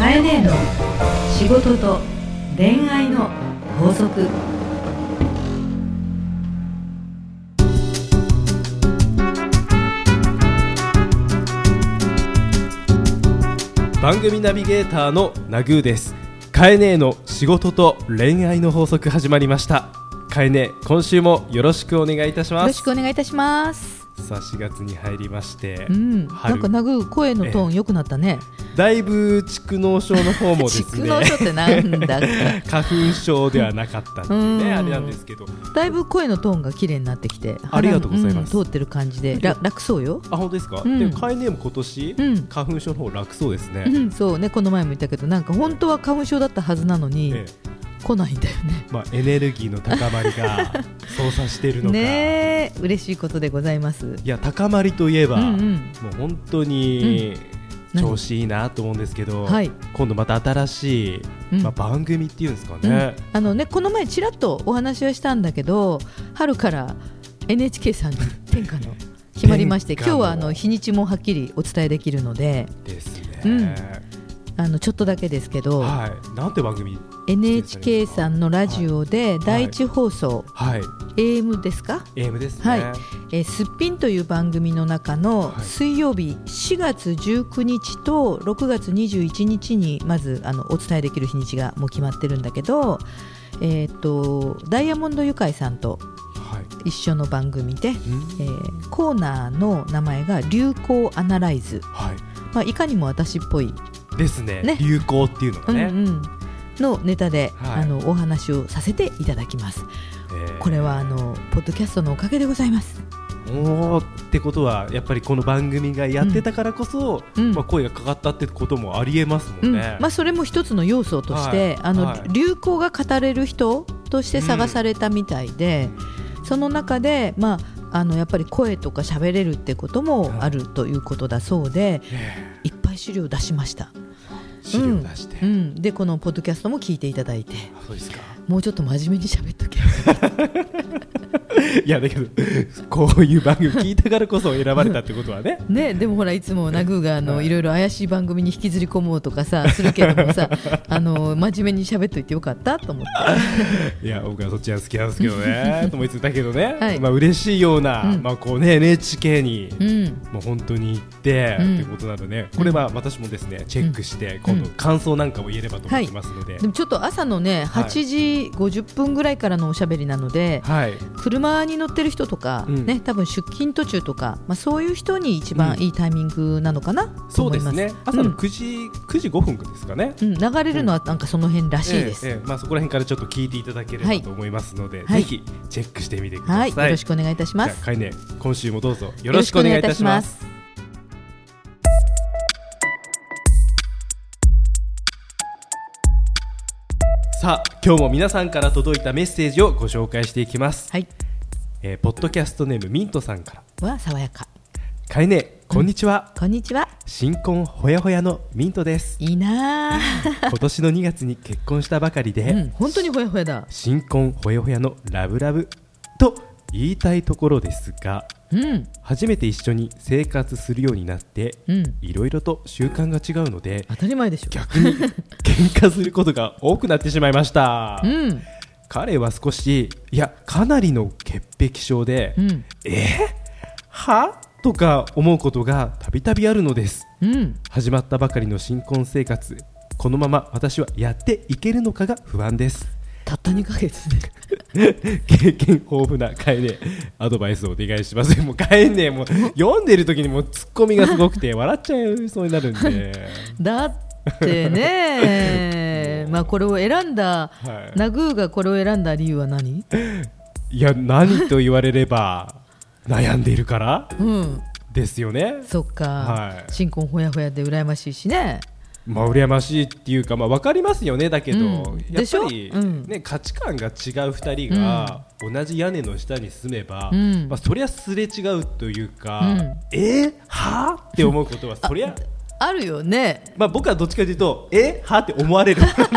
かえねえの仕事と恋愛の法則。 番組ナビゲーターのナグーです。かえねえの仕事と恋愛の法則始まりました。かえねえ、今週もよろしくお願いいたします。 よろしくお願いいたします。 さあ4月に入りまして、 なんかナグー声のトーン良くなったね。 だいぶ蓄膿症の方もですね蓄膿症ってなんだ花粉症ではなかったっていうねあれなんですけど、 だいぶ声のトーンが綺麗になってきて、 ありがとうございます、 通ってる感じで楽そうよ。 あ、本当ですか。でもかえねえも今年、花粉症の方楽そうですね。 そうね、この前も言ったけど、なんか本当は花粉症だったはずなのに、来ないんだよね。 エネルギーの高まりが操作しているのかね、嬉しいことでございます。 いや、高まりといえば、もう本当に、調子いいなと思うんですけど、今度また新しい、番組っていうんですかね、 この前ちらっとお話はしたんだけど、春から NHK さんに天下の決まりまして、今日は日にちもはっきりお伝えできるのでですね、 ちょっとだけですけど、 なんて番組 NHK さんのラジオで第一放送、AM ですか。 AM ですね、 すっぴんという番組の中の水曜日4月19日と6月21日にまずお伝えできる日にちがもう決まってるんだけど、ダイヤモンドユカイさんと一緒の番組で、コーナーの名前が流行アナライズ、いかにも私っぽいですね、流行っていうのがね、 のネタで、お話をさせていただきます。これはポッドキャストのおかげでございます。 ってことはやっぱりこの番組がやってたからこそ、声がかかったってこともありえますもんね。 それも一つの要素として、流行が語れる人として探されたみたいで、その中で、やっぱり声とか喋れるってこともあるということだそうで、いっぱい資料を出しました。 資料出して、 でこのポッドキャストも聞いていただいて、 そうですか。 もうちょっと真面目に喋っとけいやだけどこういう番組聞いたからこそ選ばれたってことはねね、でもほらいつもナグーがいろいろ怪しい番組に引きずり込もうとかさするけどもさ真面目に喋っといてよかったと思っていや僕はそっちが好きなんですけどねと思いついたけどね、嬉しいような、こうね NHK に、もう本当に行ってってことなので、これは私もですねチェックして、今度感想なんかも言えればと思いますので、 でもちょっと朝のね8時50分ぐらいからのおしゃべりなので、車に乗ってる人とか、多分出勤途中とか、そういう人に一番いいタイミングなのかなと思います。 そうですね、朝の9時5分ですかね、 流れるのはなんかその辺らしいです。 そこら辺からちょっと聞いていただければと思いますので、ぜひチェックしてみてください。 よろしくお願いいたします。 じゃあかいね、今週もどうぞよろしくお願いいたします。さあ今日も皆さんから届いたメッセージをご紹介していきます。ポッドキャストネームミントさんからは爽やか。 かえね、こんにちは。 こんにちは。 新婚ほやほやのミントです。 いいな今年の2月に結婚したばかりで、 本当にほやほやだ。 新婚ほやほやのラブラブと言いたいところですが、初めて一緒に生活するようになって、いろいろと習慣が違うので当たり前でしょ。逆に喧嘩することが多くなってしまいました。彼は少し、いやかなりの潔癖症で、はとか思うことがたびたびあるのです。始まったばかりの新婚生活、このまま私はやっていけるのかが不安です。 たった2ヶ月で経験豊富なカエネ、アドバイスをお願いします。もうカエネもう読んでる時にもうツッコミがすごくて笑っちゃいそうになるんでだってねこれを選んだ、ナグーがこれを選んだ理由は何？ いや何と言われれば悩んでいるから、ですよね。 そっか、新婚ほやほやで羨ましいしね。 羨ましいっていうか、分かりますよね。だけど、やっぱり、価値観が違う2人が同じ屋根の下に住めば、そりゃすれ違うというか、はぁって思うことはそりゃあるよね。 僕はどっちかというとはって思われるんですけど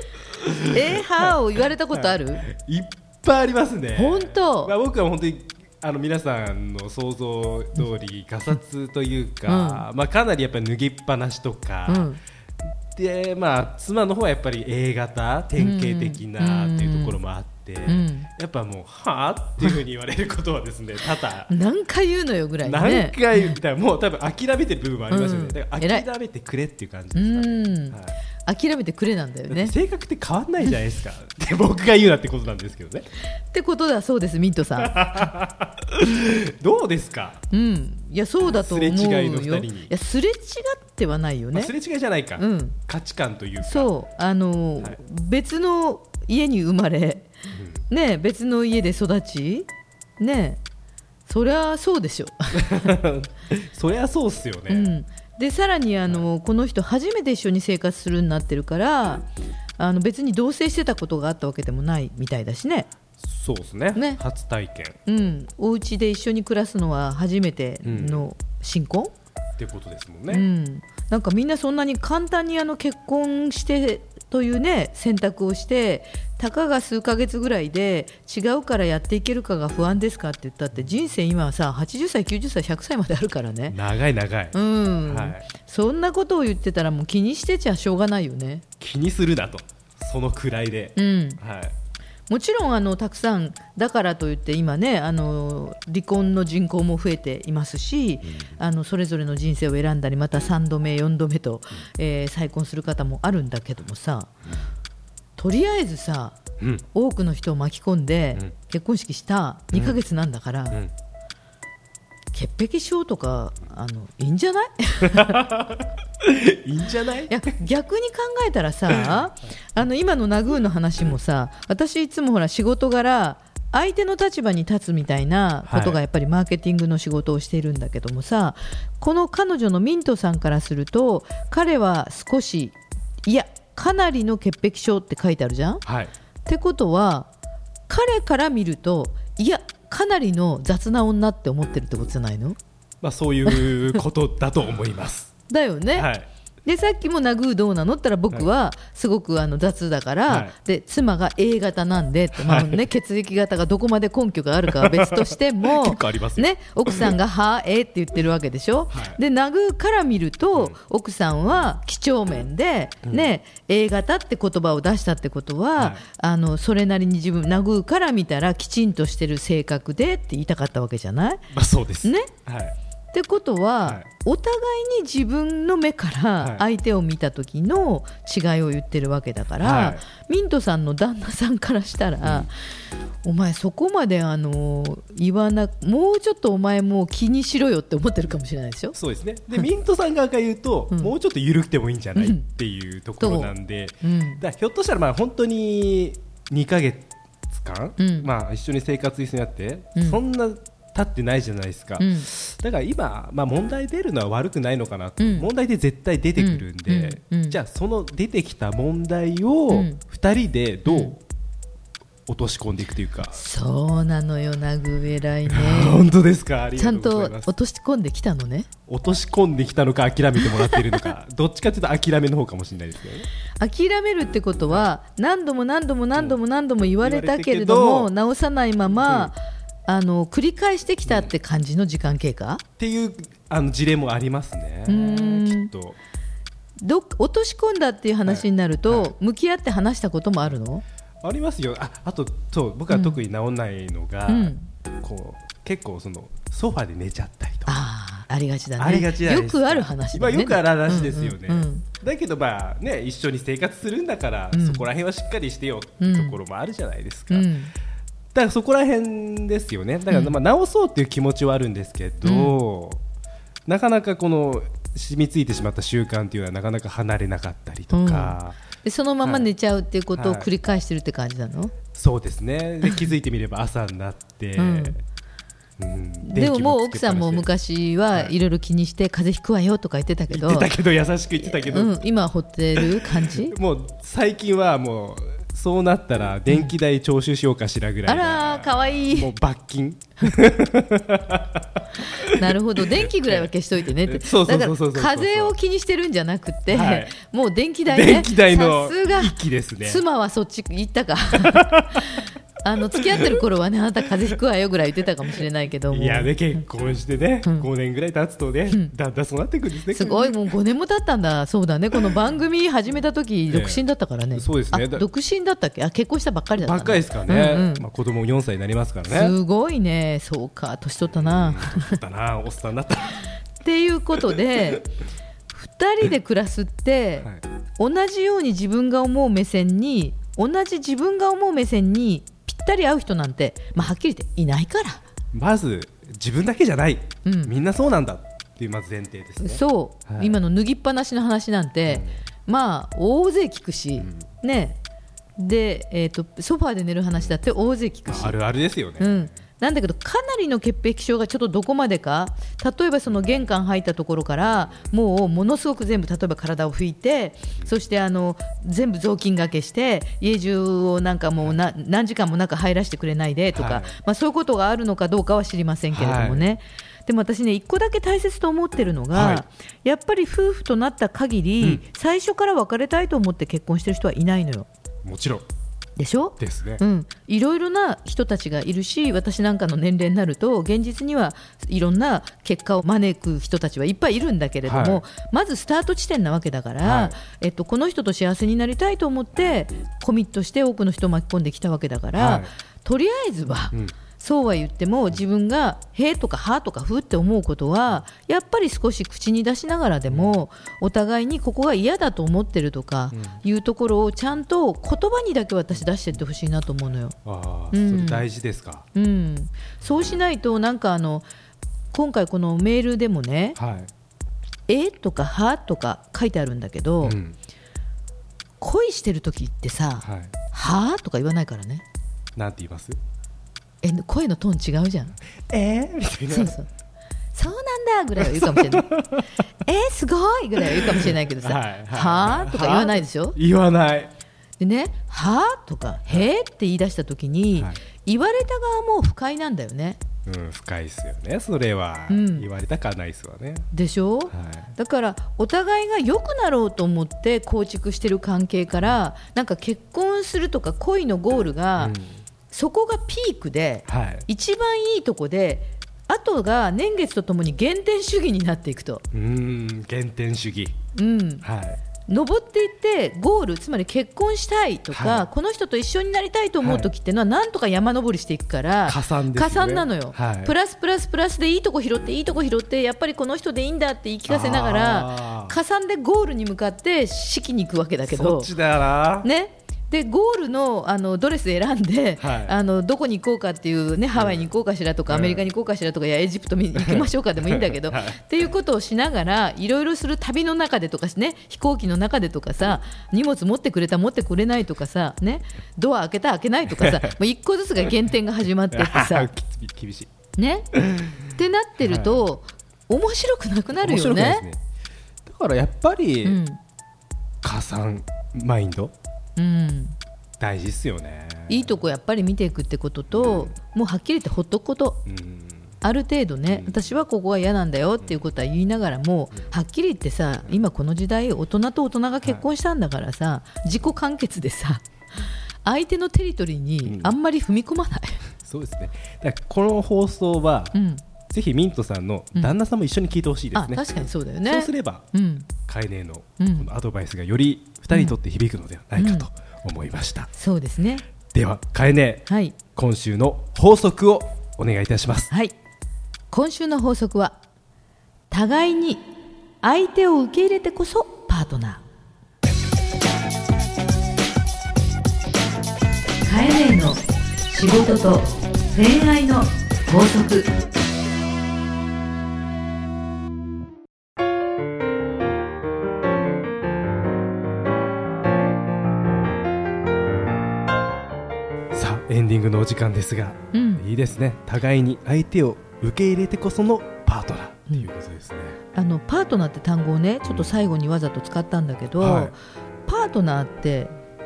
はを言われたことある？ いっぱいありますね。 本当？ 僕は本当に皆さんの想像通りガサツというか、かなりやっぱり脱ぎっぱなしとか、で妻の方はやっぱり A 型典型的なっていうところもあって、やっぱもうはぁっていうふうに言われることはですね多々 何回言うのよぐらいね、 何回言ったらもう多分諦めてる部分もありますよね、だから諦めてくれっていう感じですかね、 諦めてくれなんだよね。 性格って変わんないじゃないですかって僕が言うなってことなんですけどねってことだそうです。ミントさんどうですか。 いやそうだと思うよ。 すれ違いの2人に。 いやすれ違ってはないよね。 すれ違いじゃないか、価値観というか、 そう別の家に生まれ、ね、別の家で育ち、ね、そりゃそうでしょそりゃそうっすよね、 でさらにこの人初めて一緒に生活するようになってるから別に同棲してたことがあったわけでもないみたいだしね。 そうですね、初体験、 お家で一緒に暮らすのは初めての新婚、 ってことですもんね、 なんかみんなそんなに簡単に結婚してというね選択をしてたかが数ヶ月ぐらいで違うからやっていけるかが不安ですかって言ったって人生今はさ80歳90歳100歳まであるからね。 長い長い、 そんなことを言ってたらもう気にしてちゃしょうがないよね。 気にするなとそのくらいで、 もちろんたくさんだからといって今ね離婚の人口も増えていますし、それぞれの人生を選んだりまた3度目4度目と、再婚する方もあるんだけどもさ、とりあえずさ、多くの人を巻き込んで、結婚式した2ヶ月なんだから、潔癖症とかいいんじゃないいいんじゃない。 いや逆に考えたらさ今のナグーの話もさ、私いつもほら仕事柄相手の立場に立つみたいなことがやっぱりマーケティングの仕事をしているんだけどもさ、この彼女のミントさんからすると彼は少しいやかなりの潔癖症って書いてあるじゃん、ってことは彼から見るといやかなりの雑な女って思ってるってことじゃないの。 そういうことだと思いますだよね、でさっきもナグーどうなのって言ったら僕はすごく雑だから、で妻が A 型なんでって、血液型がどこまで根拠があるかは別としても結構ありますね、 奥さんがはって言ってるわけでしょ、でナグーから見ると、奥さんは几帳面で、A 型って言葉を出したってことは、それなりに自分ナグーから見たらきちんとしてる性格でって言いたかったわけじゃない。 そうですね、 ってことは、お互いに自分の目から相手を見た時の違いを言ってるわけだから、ミントさんの旦那さんからしたら、お前そこまで言わなもうちょっとお前もう気にしろよって思ってるかもしれないでしょ。 そうですね。でミントさん側から言うと、もうちょっと緩くてもいいんじゃない、っていうところなんで、だひょっとしたら本当に2ヶ月間、一緒に生活になって、そんな立ってないじゃないですか、だから今、問題出るのは悪くないのかなと、問題で絶対出てくるんで、じゃあその出てきた問題を2人でどう落とし込んでいくというか、 そうなのよナグー偉いね本当ですか。ありがとうございます。 ちゃんと落とし込んできたのね。 落とし込んできたのか諦めてもらっているのかどっちかというと諦めの方かもしれないですけどね。 諦めるってことは何度も何度も何度も何度も言われたけれども、直さないまま、繰り返してきたって感じの時間経過っていう事例もありますね。きっと落とし込んだっていう話になると、向き合って話したこともあるの？ ありますよ。あとそう僕は特に治んないのが、こう結構そのソファで寝ちゃったりとか、 ありがちだね。 ありがちだね。 よくある話だね。 よくある話ですよね。だけど一緒に生活するんだから、そこら辺はしっかりしてよってところもあるじゃないですか。だからそこら辺ですよね。だから直そうっていう気持ちはあるんですけど、なかなかこの染みついてしまった習慣っていうのはなかなか離れなかったりとか、 でそのまま寝ちゃうっていうことを繰り返してるって感じなの？ そうですね。で気づいてみれば朝になって、 でももう奥さんも昔はいろいろ気にして風邪ひくわよとか言ってたけど、 優しく言ってたけど、 今はほってる感じもう最近はもうそうなったら電気代徴収しようかしらぐらいな、 あらかわいい、 もう罰金なるほど、電気ぐらいは消しといてねって。だから風を気にしてるんじゃなくて、もう電気代ね。 電気代の一気ですね。 妻はそっち行ったか付き合ってる頃はね、あなた風邪ひくわよぐらい言ってたかもしれないけども、 いやね、結婚してね、5年ぐらい経つとね、だんだんそうなっていくんですね。 すごい、もう5年も経ったんだ。そうだね、この番組始めた時独身だったからね。 そうですね。 独身だったっけ？結婚したばっかりだった、ね、 ばっかりですからね、子供4歳になりますからね。 すごいね。そうか、年取ったな。 年取ったな、おっさんになったっていうことで2人で暮らすって、同じように自分が思う目線にぴったり合う人なんて、はっきり言っていないから。 まず自分だけじゃない、みんなそうなんだっていうまず前提ですね。 そう、今の脱ぎっぱなしの話なんて、大勢聞くし、ね。で、ソファーで寝る話だって大勢聞くし、 あるあるですよね。 なんだけど、かなりの潔癖症がちょっとどこまでか、例えばその玄関入ったところからものすごく全部、例えば体を拭いて、そして全部雑巾がけして家中をなんかもう何時間も中入らせてくれないでとか、そういうことがあるのかどうかは知りませんけれどもね、でも私ね、一個だけ大切と思ってるのが、やっぱり夫婦となった限り、最初から別れたいと思って結婚してる人はいないのよ。 もちろんでしょ？ ですね。 いろいろな人たちがいるし、私なんかの年齢になると現実にはいろんな結果を招く人たちはいっぱいいるんだけれども、まずスタート地点なわけだから、この人と幸せになりたいと思ってコミットして多くの人を巻き込んできたわけだから、とりあえずは、そうは言っても自分がへとかはとかふって思うことはやっぱり少し口に出しながらでも、お互いにここが嫌だと思ってるとかいうところをちゃんと言葉にだけ私出していってほしいなと思うのよ。 それ大事ですか？ そうしないと、なんか今回このメールでもね、とかはとか書いてあるんだけど、恋してる時ってさ、はとか言わないからね。 なんて言います？ 声のトーン違うじゃん。 みたいな。 そうなんだぐらいは言うかもしれないすごいぐらいは言うかもしれないけどさ、はとか言わないでしょ。 言わない。 でね、はとかへって言い出した時に、言われた側も不快なんだよね。 深いですよね、それは。言われたかないですわね。 でしょ、だからお互いが良くなろうと思って構築してる関係から、なんか結婚するとか恋のゴールが、そこがピークで、一番いいとこで、あとが年月とともに減点主義になっていくと。 減点主義、 登っていってゴール、つまり結婚したいとか、この人と一緒になりたいと思う時ってのは、なんとか山登りしていくから加算なのよ。プラスプラスプラスでいいとこ拾っていいとこ拾って、やっぱりこの人でいいんだって言い聞かせながら、加算でゴールに向かって式に行くわけだけど、 そっちだよな、 ね。でゴールの、ドレス選んで、どこに行こうかっていう、ね、ハワイに行こうかしらとか、アメリカに行こうかしらとか、いやエジプトに行きましょうかでもいいんだけど、っていうことをしながらいろいろする旅の中でとか、ね、飛行機の中でとかさ、荷物持ってくれた持ってくれないとかさ、ね、ドア開けた開けないとかさもう一個ずつが減点が始まってってさ厳しい、 ね、ってなってると、面白くなくなるよね。 だからやっぱり、加算マインド、大事ですよね。 いいとこやっぱり見ていくってことと、もうはっきり言ってほっとくこと、ある程度ね、私はここが嫌なんだよっていうことは言いながらも、はっきり言ってさ、今この時代大人と大人が結婚したんだからさ、自己完結でさ、相手のテリトリーにあんまり踏み込まない、 そうですね。だからこの放送は、ぜひミントさんの旦那さんも一緒に聞いてほしいですね。 確かにそうだよね。 そうすれば、カエネのこのアドバイスがより2人にとって響くのではないかと思いました。 そうですね。 ではカエネ、今週の法則をお願いいたします。 今週の法則は、互いに相手を受け入れてこそパートナー。 カエネの仕事と恋愛の法則。 エンディングのお時間ですが、いいですね。互いに相手を受け入れてこそのパートナーということですね。 パートナーって単語をね、ちょっと最後にわざと使ったんだけど、パートナーって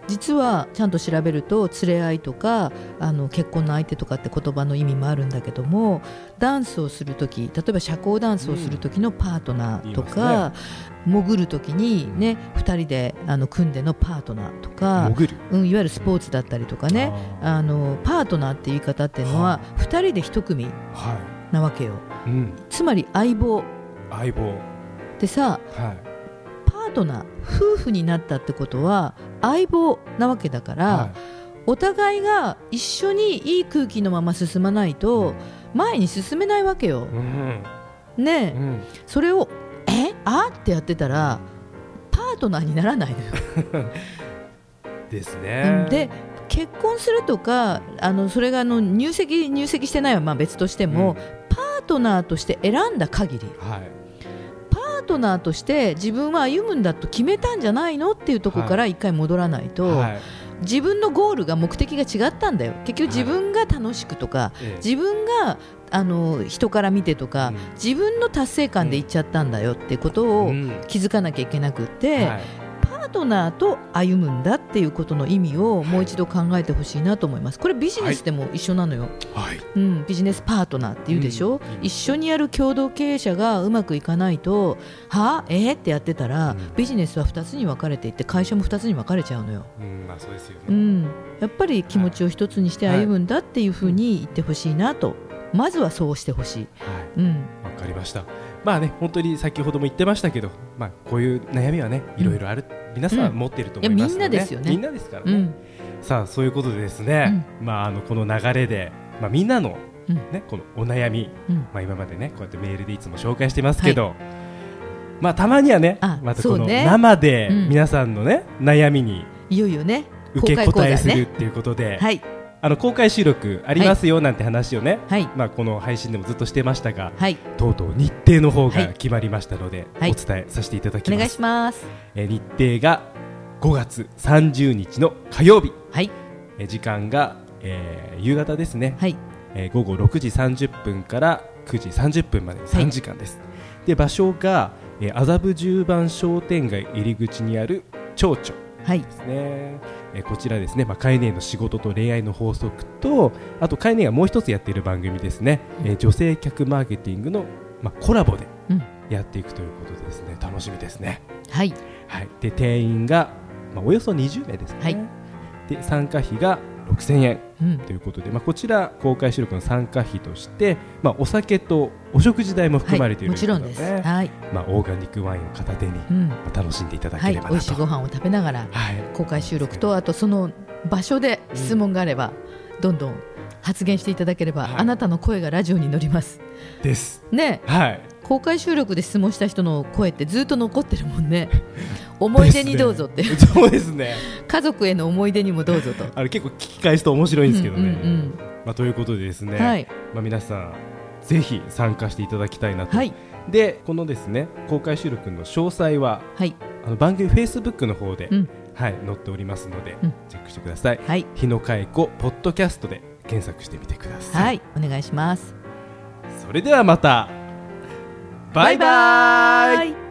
実はちゃんと調べると連れ合いとか結婚の相手とかって言葉の意味もあるんだけども、ダンスをするとき、例えば社交ダンスをするときのパートナーとか、潜るときに、ね、2人で組んでのパートナーとか、いわゆるスポーツだったりとかね、パートナーっていう言い方っていうのは2人で1組なわけよ、つまり相棒でさ、パートナー、夫婦になったってことは相棒なわけだから、お互いが一緒にいい空気のまま進まないと前に進めないわけよ、ねえ、それをってやってたらパートナーにならないのよですね。 で結婚するとかそれが入籍してないは別としても、パートナーとして選んだ限り、パートナーとして自分は歩むんだと決めたんじゃないのっていうところから一回戻らないと、自分のゴールが目的が違ったんだよ。結局自分が楽しくとか、自分が人から見てとか、自分の達成感でいっちゃったんだよってことを気づかなきゃいけなくって、パートナーと歩むんだっていうことの意味をもう一度考えてほしいなと思います。これビジネスでも一緒なのよ、ビジネスパートナーって言うでしょ、一緒にやる共同経営者がうまくいかないとってやってたら、ビジネスは2つに分かれていって会社も2つに分かれちゃうのよ、 そうですよね、 やっぱり気持ちを一つにして歩むんだっていうふうに言ってほしいなと、まずはそうしてほしい。 わかりました。本当に先ほども言ってましたけど、こういう悩みはね、いろいろある、皆さん持っていると思いますので、みんなですよね。みんなですからね。さあそういうことでですね、この流れで、みんなのね、このお悩み、今までねこうやってメールでいつも紹介してますけど、たまにはね、またこの生で皆さんのね悩みにいよいよね受け答えするっていうことで、公開収録ありますよなんて話をね、この配信でもずっとしてましたが、とうとう日程の方が決まりましたので、お伝えさせていただきます。 お願いします。 日程が5月30日の火曜日、時間が、夕方ですね、午後6時30分から9時30分まで3時間です。で場所が、麻布十番商店街入り口にある蝶々ですね。こちらですね、カエネの仕事と恋愛の法則と、あとカエネがもう一つやっている番組ですね、女性客マーケティングの、コラボでやっていくということでですね、楽しみですね。で定員が、およそ20名ですね、で参加費が6000円ということで、こちら公開収録の参加費として、お酒とお食事代も含まれているということで、オーガニックワインを片手に、楽しんでいただければなと、 美味しいご飯を食べながら、公開収録と、あとその場所で質問があれば、どんどん発言していただければ、あなたの声がラジオに乗りますですね。公開収録で質問した人の声ってずっと残ってるもんね思い出にどうぞって、 そうですね家族への思い出にもどうぞと、 結構聞き返すと面白いんですけどね、ということでですね、皆さんぜひ参加していただきたいなと、でこのですね公開収録の詳細は、番組 Facebook の方で、載っておりますので、チェックしてください。日野佳恵子ポッドキャストで検索してみてください。 お願いします。 それではまた、バイバイ。